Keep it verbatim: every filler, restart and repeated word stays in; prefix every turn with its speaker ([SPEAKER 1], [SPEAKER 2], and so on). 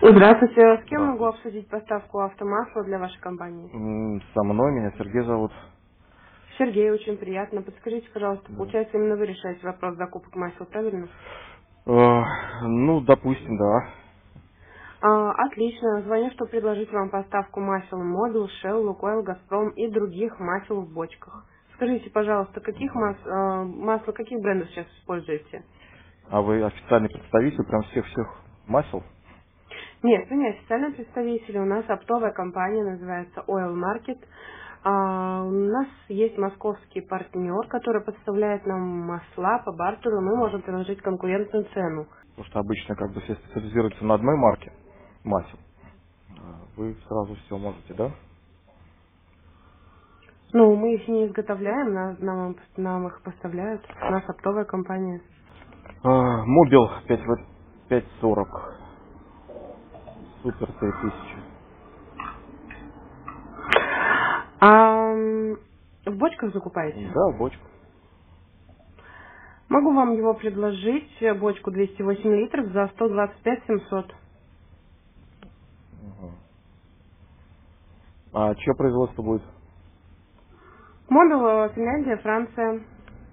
[SPEAKER 1] Здравствуйте. С кем могу
[SPEAKER 2] Здравствуйте.
[SPEAKER 1] обсудить поставку автомасла для вашей компании?
[SPEAKER 2] М, Со мной, меня Сергей зовут.
[SPEAKER 1] Сергей, очень приятно. Подскажите, пожалуйста,
[SPEAKER 2] Да.
[SPEAKER 1] получается, именно вы решаете вопрос закупок масел, правильно?
[SPEAKER 2] Э, ну, допустим, да.
[SPEAKER 1] А, отлично. Звоню, чтобы предложить вам поставку масел Mobil, Shell, Lukoil, Газпром и других масел в бочках. Скажите, пожалуйста, каких мас, э, масла, каких брендов сейчас используете?
[SPEAKER 2] А вы официальный представитель прям всех-всех масел?
[SPEAKER 1] Нет, вы не официальный представитель. У нас оптовая компания, называется Oil Market. А, у нас есть московский партнер, который поставляет нам масла по бартеру. Мы можем предложить конкурентную цену.
[SPEAKER 2] Потому что обычно как бы все специализируются на одной марке масел. А вы сразу все можете, да?
[SPEAKER 1] Ну, мы их не изготовляем, на- нам, нам их поставляют. У нас оптовая компания.
[SPEAKER 2] А, Мобил пять сорок. Супер три тысячи.
[SPEAKER 1] А м, в бочках закупаете?
[SPEAKER 2] Да, бочку.
[SPEAKER 1] Могу вам его предложить, э, бочку двести восемь литров за сто двадцать пять семьсот.
[SPEAKER 2] Угу. А чье производство будет?
[SPEAKER 1] Мобил, э, Финляндия, Франция.